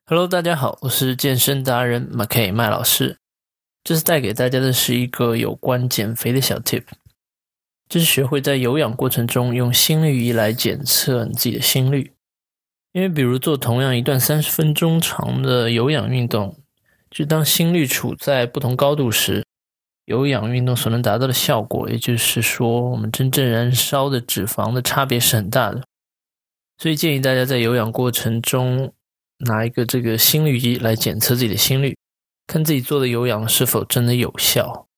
Hello，大家好，我是健身达人 McKay 麦老师。这次带给大家的是一个有关减肥的小 tip， 就是学会在有氧过程中用心率仪来检测你自己的心率。因为比如做同样一段30分钟长的有氧运动，就当心率处在不同高度时，有氧运动所能达到的效果，也就是说我们真正燃烧的脂肪的差别是很大的。所以建议大家在有氧过程中拿一个这个心率仪来检测自己的心率，看自己做的有氧是否真的有效。